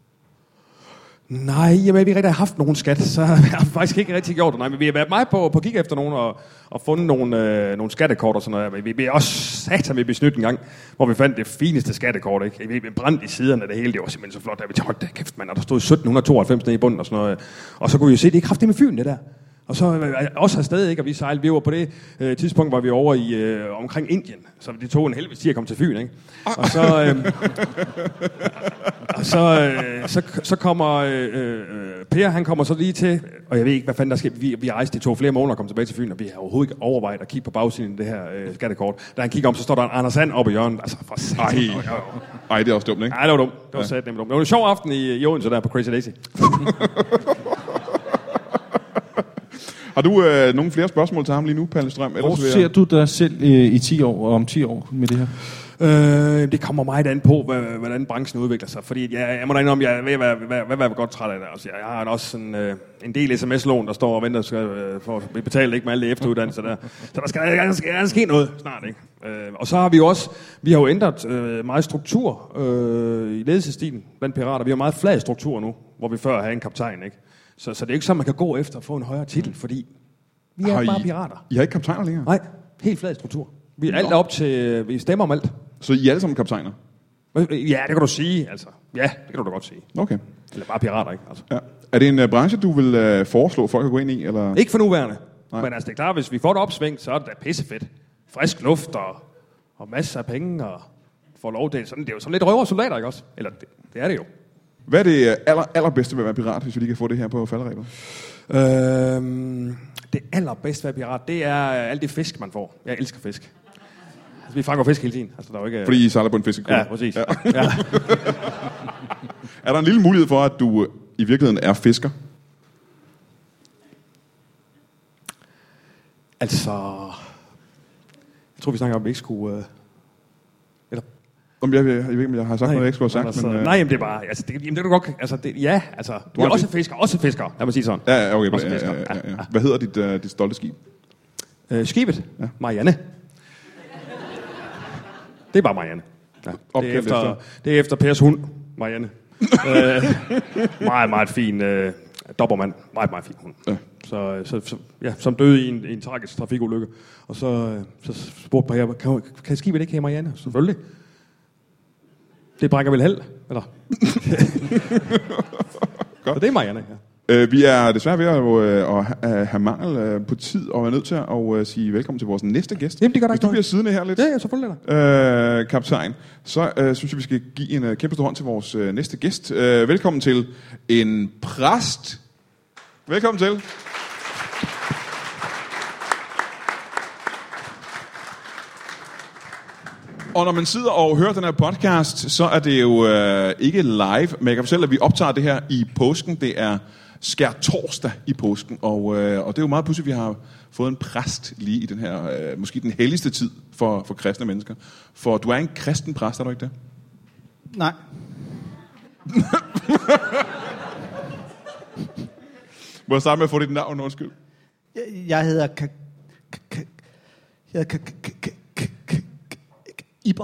Nej, jamen vi rigtig har haft nogen skat, så har vi faktisk ikke rigtig gjort det. Nej, men vi har været meget på kig efter nogen og fundet nogle skattekort og sådan noget. Vi er også satan, vi blev snydt en gang, hvor vi fandt det fineste skattekort, ikke? Vi brændte i siderne af det hele, det var simpelthen så flot. Der vi tænkte, hold da kæft, mand, og der stod 1792 nede i bunden og sådan noget. Og så kunne vi jo se, det er kraftigt med Fyn, det der. Og så også har stadig ikke, og vi sejlede. Vi var på det tidspunkt, var vi over i omkring Indien, så det tog en helvedes tid at komme til Fyn, ikke? Og så kommer Per, han kommer så lige til, og jeg ved ikke, hvad fanden der sker. Vi rejste, det tog flere måneder at komme tilbage til Fyn, og vi har overhovedet ikke overvejet at kigge på bagsiden af det her skattekort. Da han kigger om, så står der en Anders Sand oppe i hjørnet. Altså, for satan. Ej, det er også dumt, ikke? Nej, det var dumt. Det var sat nemlig dumt. Det var en sjov aften i Odense der på Crazy Daisy. Har du nogle flere spørgsmål til ham lige nu, Palle Strøm? Hvor ser du dig selv i 10 år og om 10 år med det her? Det kommer meget an på, hvordan branchen udvikler sig. Fordi jeg må da indrømme, jeg er ved at være godt træt af det. Altså, jeg har også en del sms-lån, der står og venter for at betale ikke med alle de efteruddannelser der. Så der skal ske noget snart, ikke? Og så har vi har jo ændret meget struktur i ledelsesstilen blandt pirater. Vi har meget flad struktur nu, hvor vi før havde en kaptajn, ikke? Så det er ikke så, man kan gå efter at få en højere titel, fordi vi er bare pirater. I har ikke kaptajner længere? Nej, helt flad struktur. Alt er op til, vi stemmer om alt. Så I er alle sammen kaptajner? Ja, det kan du sige, altså. Ja, det kan du da godt sige. Okay. Eller bare pirater, ikke? Altså. Ja. Er det en branche, du vil foreslå folk at gå ind i? Eller? Ikke for nuværende. Nej. Men altså, det er klart, hvis vi får et opsving, så er det da pissefedt. Frisk luft og masser af penge og får lov til. Sådan, det er jo sådan lidt røversoldater, ikke også? Eller det er det jo. Hvad er det allerbedste ved at være pirat, hvis vi lige kan få det her på falderebet? Det allerbedste ved at være pirat, det er alt det fisk, man får. Jeg elsker fisk. Altså, vi fanger fisk hele tiden. Altså, der er jo ikke... Fordi I sejler på en fiskekugle? Ja, præcis. Ja. Ja. Er der en lille mulighed for, at du i virkeligheden er fisker? Altså... Jeg tror, vi snakker om, at vi ikke skulle... Eller... Jeg ved ikke, om jeg har sagt noget, jeg ikke skulle have sagt. Altså, men, nej, men det er bare... Altså, det kan du godt... Altså, ja, altså... Du er også fisker, lad mig sige sådan. Ja, okay. Ja. Hvad hedder dit stolte skib? Skibet? Ja. Marianne. Det er bare Marianne. Ja. Det er efter Pers hund, Marianne. Meget, meget fin dobbermand. Meget, meget fin hund. Ja. Så, som døde i en tragisk trafikulykke. Og så spurgte jeg, kan skibet ikke have Marianne? Selvfølgelig. Det brækker vel held, eller? Så det er Marianne, ja. Vi er desværre ved at have mangel på tid, og er nødt til at sige velkommen til vores næste gæst. Jamen, det gør der hvis du bliver siddende her lidt, ja, selvfølgelig. kaptajn, så synes jeg, vi skal give en kæmpe stor hånd til vores næste gæst. Velkommen til en præst. Velkommen til. Og når man sidder og hører den her podcast, så er det jo ikke live, men jeg kan fortælle, at vi optager det her i påsken. Det er skærtorsdag i påsken, og det er jo meget pudsigt, at vi har fået en præst lige i den her, måske den helligste tid for kristne mennesker. For du er en kristen præst, er du ikke det? Nej. Må jeg starte med at få dit navn, undskyld? Jeg hedder Iber.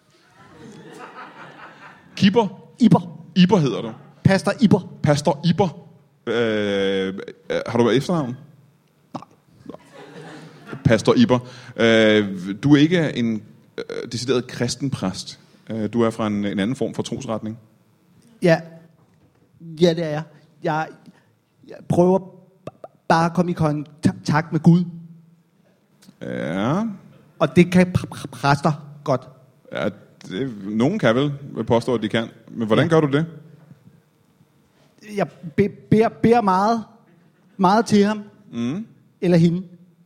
Kipper? Iber hedder du. Pastor Iber. Pastor Iber. Har du været efternavn? Nej. Pastor Iber. Du er ikke en decideret kristen præst. Du er fra en anden form for trosretning. Ja, det er jeg. Jeg prøver bare at komme i kontakt med Gud. Ja. Og det kan præster godt. Ja, nogen kan vel påstå, at de kan. Men hvordan gør du det? Jeg beder meget til ham. Mm. Eller hende.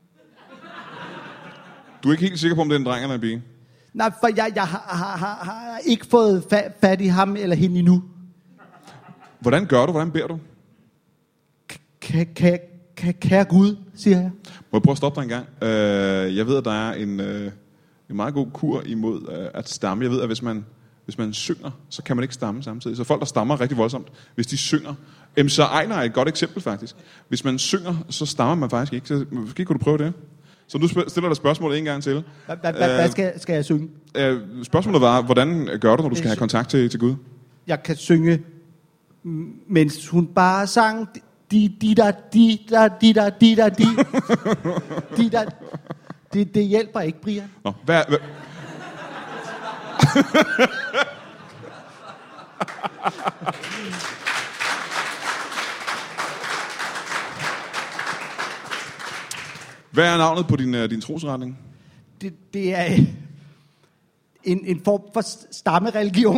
Du er ikke helt sikker på, om det er en dreng eller en pige? Nej, for jeg har ikke fået fat i ham eller hende endnu. Hvordan gør du? Hvordan beder du? Kære Gud, siger jeg. Må jeg prøve at stoppe dig en gang? Jeg ved, at der er en meget god kur imod at stamme. Jeg ved, at hvis man synger, så kan man ikke stamme samtidig. Så folk, der stammer rigtig voldsomt, hvis de synger... så Ejner er et godt eksempel, faktisk. Hvis man synger, så stammer man faktisk ikke. Så måske kunne du prøve det. Så nu stiller dig spørgsmålet en gang til. Hvad skal jeg synge? Spørgsmålet var, hvordan gør du, når du skal have kontakt til Gud? Jeg kan synge, mens hun bare sang... Det hjælper ikke, Brian. Nå, hvad? Hvad er navnet på din trosretning? Det er en form for stammereligion.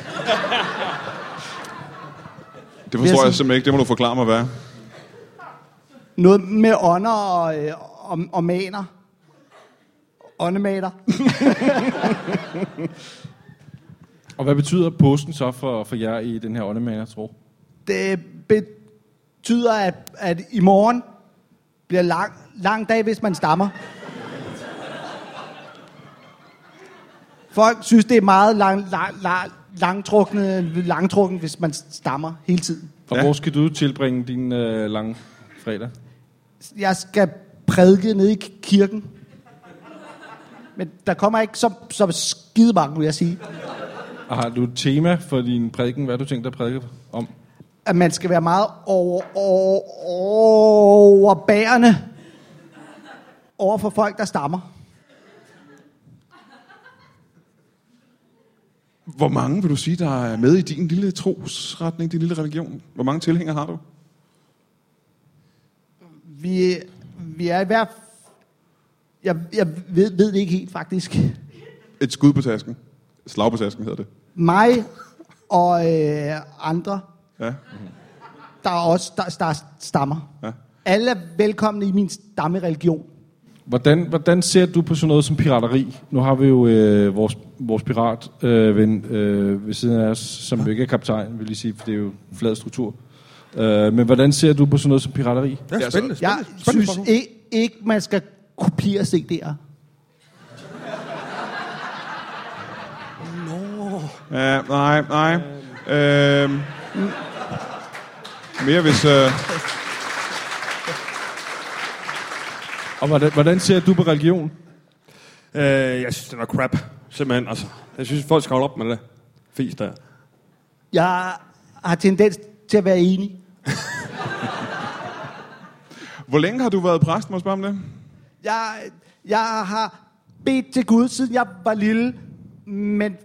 Det forstår jeg simpelthen ikke. Det må du forklare mig, hvad? Noget med ånder og maner. Åndemater. Og hvad betyder påsken så for jer i den her åndemater, tro? Det betyder, at i morgen bliver lang dag, hvis man stammer. Folk synes, det er meget langtrukken, hvis man stammer hele tiden. Og hvor skal du tilbringe din lange fredag? Jeg skal prædike nede i kirken. Men der kommer ikke så skide mange, vil jeg sige. Og har du et tema for din prædiken? Hvad har du tænkt dig at prædike om? At man skal være meget overbærende over for folk, der stammer. Hvor mange vil du sige, der er med i din lille trosretning, din lille religion? Hvor mange tilhængere har du? Vi er i hvert fald... Jeg ved det ikke helt, faktisk. Et skud på tasken. Slag på tasken hedder det. Mig og andre, Ja. der er også der stammer. Ja. Alle er velkomne i min stammereligion. Hvordan ser du på sådan noget som pirateri? Nu har vi jo vores piratven ved siden af os, som jo ikke er kaptajn, vil jeg sige, for det er jo flad struktur. Men hvordan ser du på sådan noget som pirateri? Ja, spændende. Jeg synes ikke, man skal kopiere CD'er. Ja, nej. Mere hvis... Og hvordan ser du på religion? Jeg synes, det er crap. Simpelthen, altså. Jeg synes, folk skal holde op med det. Fis der. Jeg har tendens til at være enig. Hvor længe har du været præst, må jeg spørge om det? Jeg har bedt til Gud, siden jeg var lille, men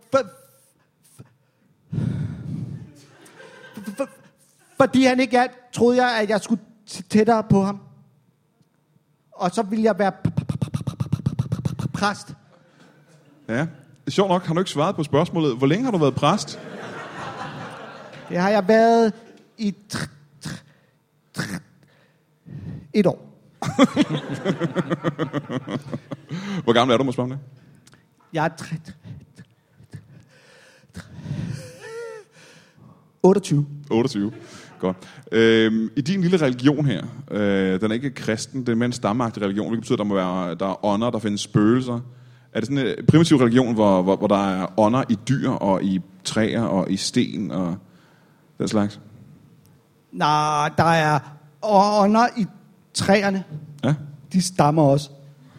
fordi han ikke troede jeg, at jeg skulle tættere på ham. Og så ville jeg være præst. Ja. Sjovt nok har du ikke svaret på spørgsmålet. Hvor længe har du været præst? Det har jeg været i 1 år. Hvor gammel er du, må jeg spørge om det? Jeg er 28. 28. Godt. I din lille religion her, den er ikke kristen, det er mere en stammeagtig religion, hvilket betyder, at der er ånder, der findes spøgelser. Er det sådan en primitiv religion, hvor der er ånder i dyr og i træer og i sten og den slags? Nej, der er ånder i træerne. Ja. De stammer også.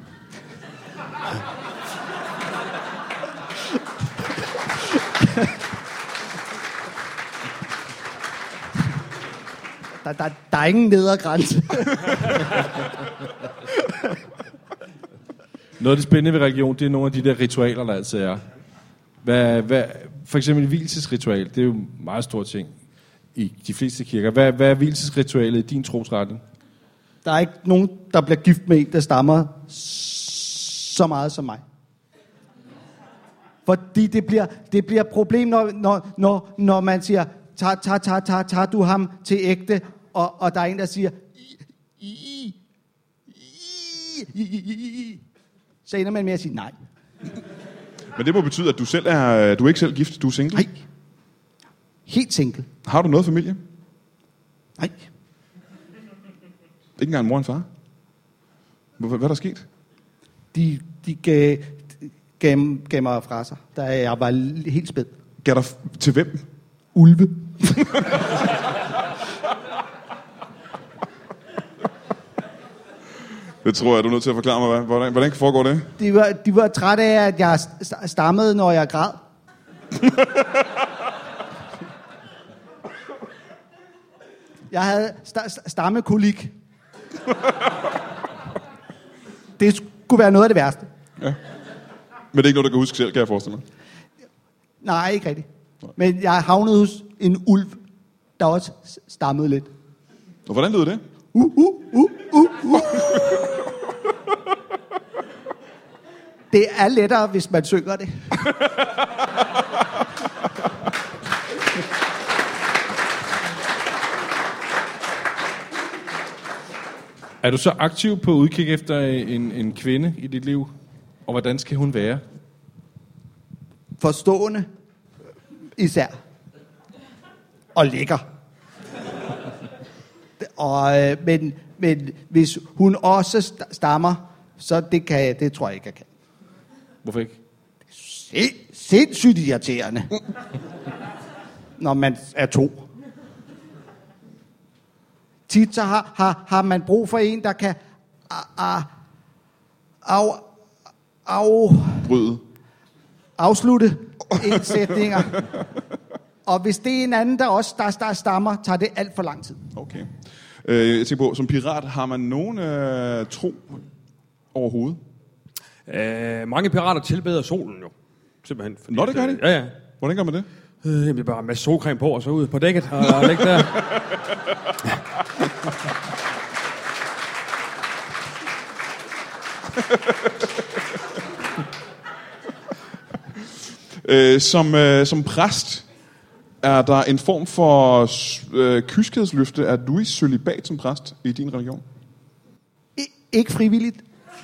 Der er ingen nedre grænse. Noget af det spændende ved religion, det er nogle af de der ritualer, der altid er. For eksempel vielsesritual, det er jo en meget stor ting i de fleste kirker. Hvad er vielsesritualet i din trosretning? Der er ikke nogen, der bliver gift med en, der stammer så meget som mig. Fordi det bliver et problem, når man siger, tager du ham til ægte, og der er en, der siger, så ender man med at sige nej. Men det må betyde, at du er ikke selv gift, du er single? Nej. Helt single. Har du noget familie? Nej. Ikke engang en mor og en far? Hvad er der sket? De gav mig fra sig, da jeg var helt spæd. Gav dig til hvem? Ulve. Det tror jeg, du er nødt til at forklare mig. Hvordan foregår det? De var trætte af, at jeg stammede, når jeg græd. Jeg havde stammekolik. Det skulle være noget af det værste. Ja. Men det er ikke noget, du kan huske selv, kan jeg forestille mig. Nej, ikke rigtigt. Men jeg havnede hos en ulv, der også stammede lidt. Og hvordan lød det? Det er lettere, hvis man synger det. Er du så aktiv på udkig efter en kvinde i dit liv? Og hvordan skal hun være? Forstående især. Og lækker. Men hvis hun også stammer, så det tror jeg ikke, jeg kan. Hvorfor ikke? sindssygt irriterende. Når man er 2. Tit så har man brug for en, der kan afslutte en sætninger. Og hvis det er en anden, der stammer, tager det alt for lang tid. Okay. Jeg tænker på, som pirat, har man nogen tro overhovedet? Mange pirater tilbeder solen jo. Simpelthen. Fordi Nå, det gør de? Ja. Hvordan gør man det? Jamen, det er bare en masse solcreme på, og så ud på dækket og lægge der. Som præst, er der en form for kyskhedsløfte? Er du i cølibat som præst i din religion? Ikke frivilligt.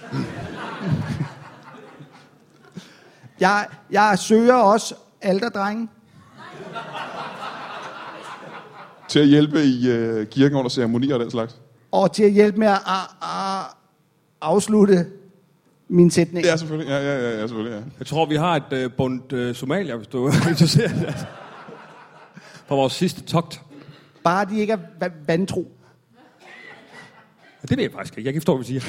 Jeg søger også alderdrenge. Til at hjælpe i kirken under ceremonier og den slags? Og til at hjælpe med at afslutte min sætning. Ja, selvfølgelig. Ja, selvfølgelig, ja. Jeg tror, vi har et bund somalier, hvis du er interesseret. På vores sidste togt. Bare de ikke er vantro. Det ved jeg faktisk ikke. Jeg kan forstå, hvad vi siger.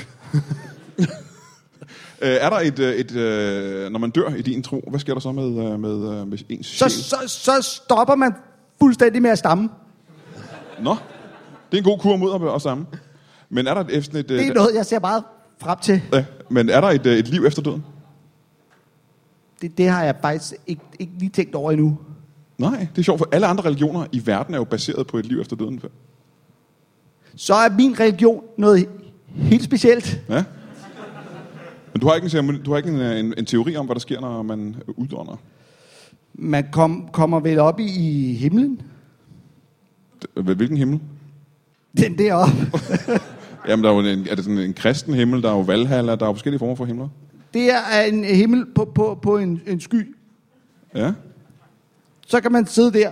Er der når man dør i din tro, hvad sker der så med ens sjæl? Så stopper man fuldstændig med at stamme. Nå, det er en god kur mod at stamme. Men er der et... Det er noget, jeg ser meget frem til. Ja, men er der et liv efter døden? Det har jeg faktisk ikke lige tænkt over endnu. Nej, det er sjovt, for alle andre religioner i verden er jo baseret på et liv efter døden. Så er min religion noget helt specielt. Ja. Men du har ikke en teori om, hvad der sker, når man udånder? Man kommer vel op i himlen? Hvilken himmel? Den deroppe. Jamen, der er jo er det sådan en kristen himmel, der er jo Valhalla, der er jo forskellige former for himler. Det er en himmel på en sky. Ja. Så kan man sidde der.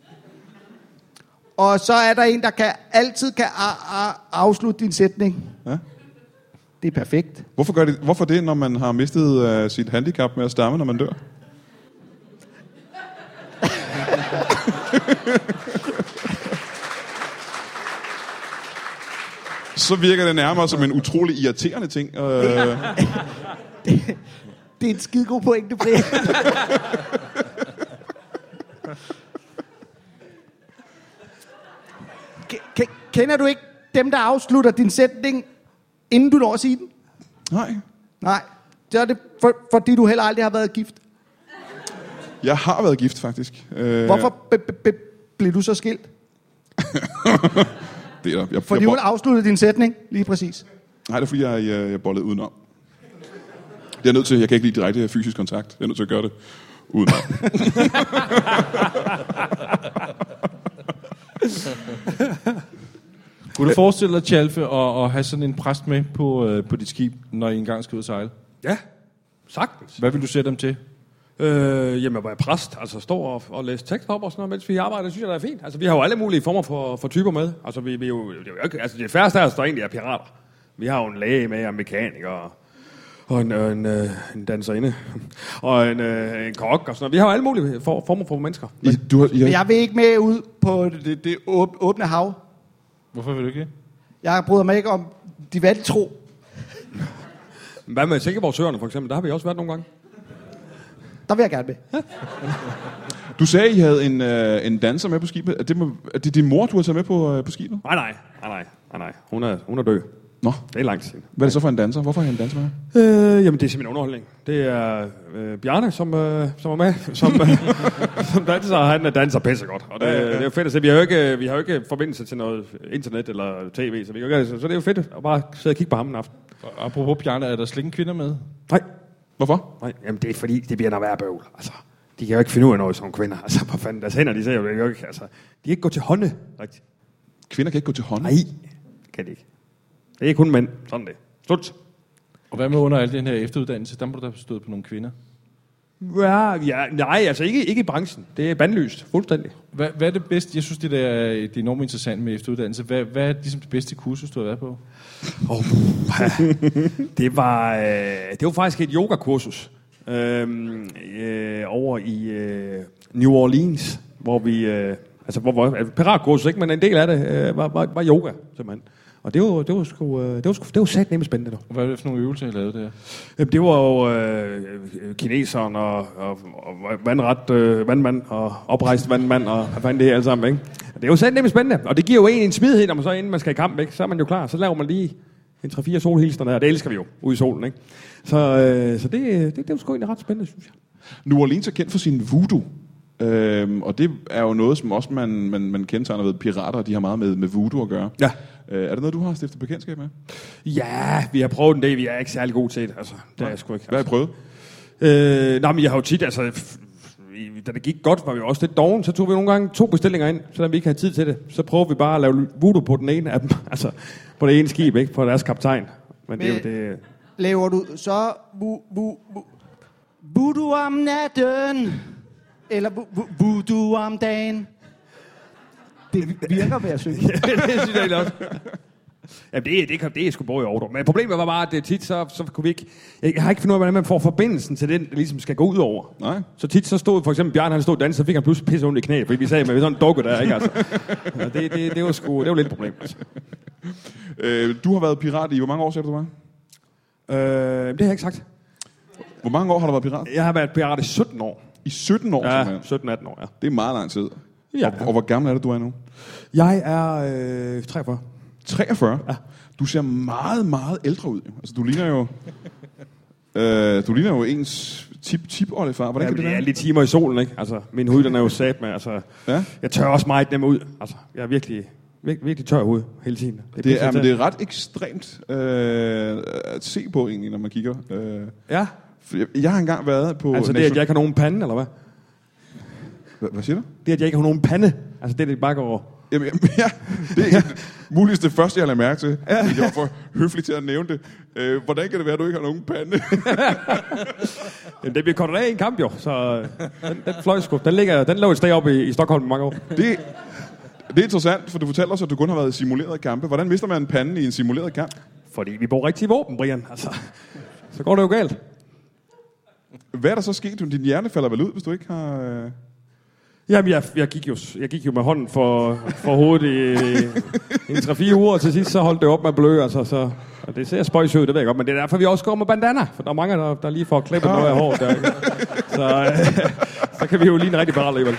Og så er der en, der altid kan afslutte din sætning. Ja. Det er perfekt. Hvorfor det, når man har mistet sit handicap med at stamme, når man dør? Så virker det nærmere som en utrolig irriterende ting. Det er en skidegod pointe, Brian. Kender du ikke dem, der afslutter din sætning, inden du når at sige den? Nej. Så er det fordi du heller aldrig har været gift. Jeg har været gift, faktisk. Hvorfor blev du så skilt? Fordi hun afsluttede din sætning, lige præcis. Nej, det er fordi, jeg bollede udenom. Det er nødt til, jeg kan ikke lide direkte fysisk kontakt. Jeg er nødt til at gøre det udenom. Kunne du forestille dig, Tjalfe, at have sådan en præst med på dit skib, når I engang skal ud og sejle? Ja, sagtens. Hvad vil du sætte dem til? Jamen, hvor jeg præst, altså stå og læse tekster op og sådan noget, mens vi arbejder, det synes jeg, det er fint. Altså, vi har jo alle mulige former for typer med. Altså, vi er jo ikke, altså, det færreste af os, der egentlig er pirater. Vi har jo en læge med, og mekaniker, og en danserinde, og en kok og sådan noget. Vi har jo alle mulige former for mennesker. Men jeg vil ikke med ud på det åbne hav. Hvorfor vil du ikke det? Jeg bryder mig ikke om de vantro. Hvad med Silkeborgsøerne for eksempel? Der har vi også været nogle gange. Der vil jeg gerne med. Du sagde, I havde en danser med på skibet. Er det din mor, du har taget med på skibet? Nej. Hun er død. Nå. Det er lang tid. Hvad er det så for en danser? Hvorfor har I en danser med? Jamen, det er simpelthen underholdning. Det er Bjarne, som er med, som danser. Han danser pissegodt. Og det er jo fedt at se. Vi har jo ikke forbindelse til noget internet eller tv, så det er jo fedt at bare sidde og kigge på ham en aften. Apropos Bjarne, er der slet ingen kvinder med? Nej. Hvorfor? Nej, jamen det er fordi, det bliver noget værre bøvl. Altså, de kan jo ikke finde ud af noget som kvinder. Altså, hvor fanden, deres hænder, de ser jo ikke. Altså, de kan ikke gå til hånde, rigtigt. Kvinder kan ikke gå til hånde? Nej, det kan de ikke. Det er ikke kun mænd. Sådan det. Slut. Og hvad med under al den her efteruddannelse? Der må du da stået på nogle kvinder. Ja, nej, altså ikke i branchen. Det er bandlyst, fuldstændig. Hvad er det bedste? Jeg synes, det er enormt interessant med efteruddannelse. Hvad er ligesom det bedste kursus, du har været på? Det var faktisk et yogakursus. over i New Orleans, hvor vi... hvor piratkursus, ikke, men en del af det var yoga, simpelthen. Og det var satme spændende. Dog. Hvad er det for nogle øvelser, I lavede der? Jamen, det var jo kineseren og vandmand og oprejst vandmand og hvad fanden det her alle sammen, ikke? Det er jo satme spændende, og det giver jo en smidighed, når man så inden man skal i kamp, ikke? Så er man jo klar, så laver man lige en 3-4 solhilsner der, og det elsker vi jo, ude i solen, ikke? Så det er jo sgu egentlig ret spændende, synes jeg. New Orleans er kendt for sin voodoo. Og det er jo noget, som også man kendetegner ved pirater, de har meget med voodoo at gøre. Ja. Er det noget, du har stiftet bekendtskab med? Ja, vi har prøvet en dag. Vi er ikke særlig gode til det. Altså, det er jeg sgu ikke. Hvad har I prøvet? Men jeg har jo tit, da det gik godt, var vi også lidt doven. Så tog vi nogle gange 2 bestillinger ind, selvom vi ikke havde tid til det. Så prøvede vi bare at lave voodoo på den ene af dem. Altså, på det ene skib, ikke? På deres kaptajn. Men det er jo det... Laver du så voodoo om natten? Eller voodoo om dagen? Det virker ved at synge. Det synes jeg også. Jamen, det er sgu både i orden. Men problemet var bare, at det tit, så kunne vi ikke... Jeg har ikke fundet ud af, hvordan man får forbindelsen til den, der ligesom skal gå ud over. Nej. Så tit så stod for eksempel Bjørn, han stod og dansede, så fik han pludselig pisse ondt i knæ, fordi vi sagde, med sådan en dukke der, ikke altså. Ja, det var lidt et problem, altså. Du har været pirat i, hvor mange år sagde du var? Det har jeg ikke sagt. Hvor mange år har du været pirat? Jeg har været pirat i 17 år. I 17 år, ja, simpelthen? 17-18 år, ja. Det er meget lang tid. Ja. Og hvor gammel er det, du er nu? Jeg er 43. 43? Ja. Du ser meget, meget ældre ud. Altså, du ligner jo ens tip-oldefar. Hvordan kan det være? Jeg er lidt timer i solen, ikke? Altså, min hud, den er jo sat med. Altså, ja? Jeg tør også meget dem ud. Altså, jeg er virkelig tør hud hele tiden. Det er ret ekstremt at se på, egentlig, når man kigger. Ja. Jeg har engang været på... Altså det, at jeg ikke har nogen pande, eller hvad? Hvad siger du? Det, at jeg ikke har nogen pande. Altså det bare går... Jamen, ja, det er muligvis det første, jeg lader mærke til. Ja. Jeg var for høflig til at nævne det. Hvordan kan det være, at du ikke har nogen pande? Jamen, det bliver kortet af i en kamp, jo. Så den fløj sgu. Den lå et sted oppe i Stockholm i mange år. Det er interessant, for du fortæller os, at du kun har været i simulerede kampe. Hvordan mister man en pande i en simuleret kamp? Fordi vi bruger rigtig våben, Brian. Altså, så går det jo galt. Hvad er der så sket? Din hjerne falder vel ud, hvis du ikke har... Jamen, jeg gik jo med hånden for hovedet i 3-4 uger, og til sidst så holdt det op med at blø, altså, og det ser spøjsød, det ved jeg godt, men det er derfor, vi også går med bandana, for der er mange, der lige får klippet noget af håret der, ikke? Så kan vi jo lige en rigtig parat alligevel.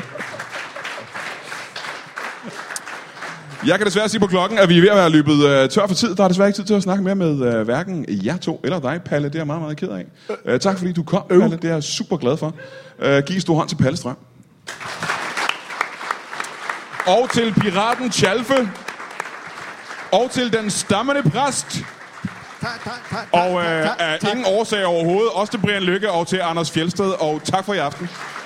Jeg kan desværre sige på klokken, at vi er ved at være løbet tør for tid. Der er desværre ikke tid til at snakke mere med hverken jer to eller dig, Palle. Det er jeg meget, meget ked af. Tak fordi du kom, Palle. Det er jeg super glad for. Giv en stor hånd til Palle Strøm. Og til piraten Tjalfe. Og til den stammende præst. Og af ingen årsag overhovedet. Også til Brian Lykke og til Anders Fjeldsted. Og tak for i aften.